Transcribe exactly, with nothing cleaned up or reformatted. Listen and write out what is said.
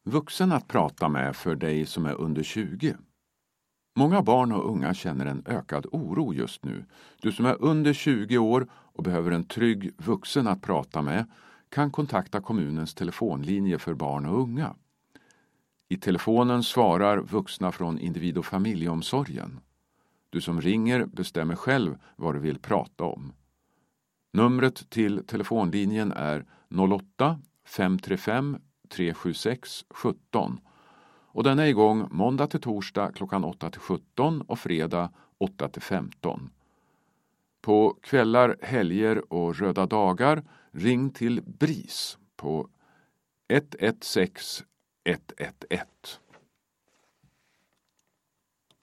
Vuxen att prata med för dig som är under tjugo. Många barn och unga känner en ökad oro just nu. Du som är under tjugo år och behöver en trygg vuxen att prata med kan kontakta kommunens telefonlinje för barn och unga. I telefonen svarar vuxna från individ- och familjeomsorgen. Du som ringer bestämmer själv vad du vill prata om. Numret till telefonlinjen är noll åtta fem tre fem tre sju sex ett sju och den är igång måndag till torsdag klockan åtta till sjutton och fredag åtta till femton. På kvällar, helger och röda dagar ring till BRIS på ett ett sex ett ett ett.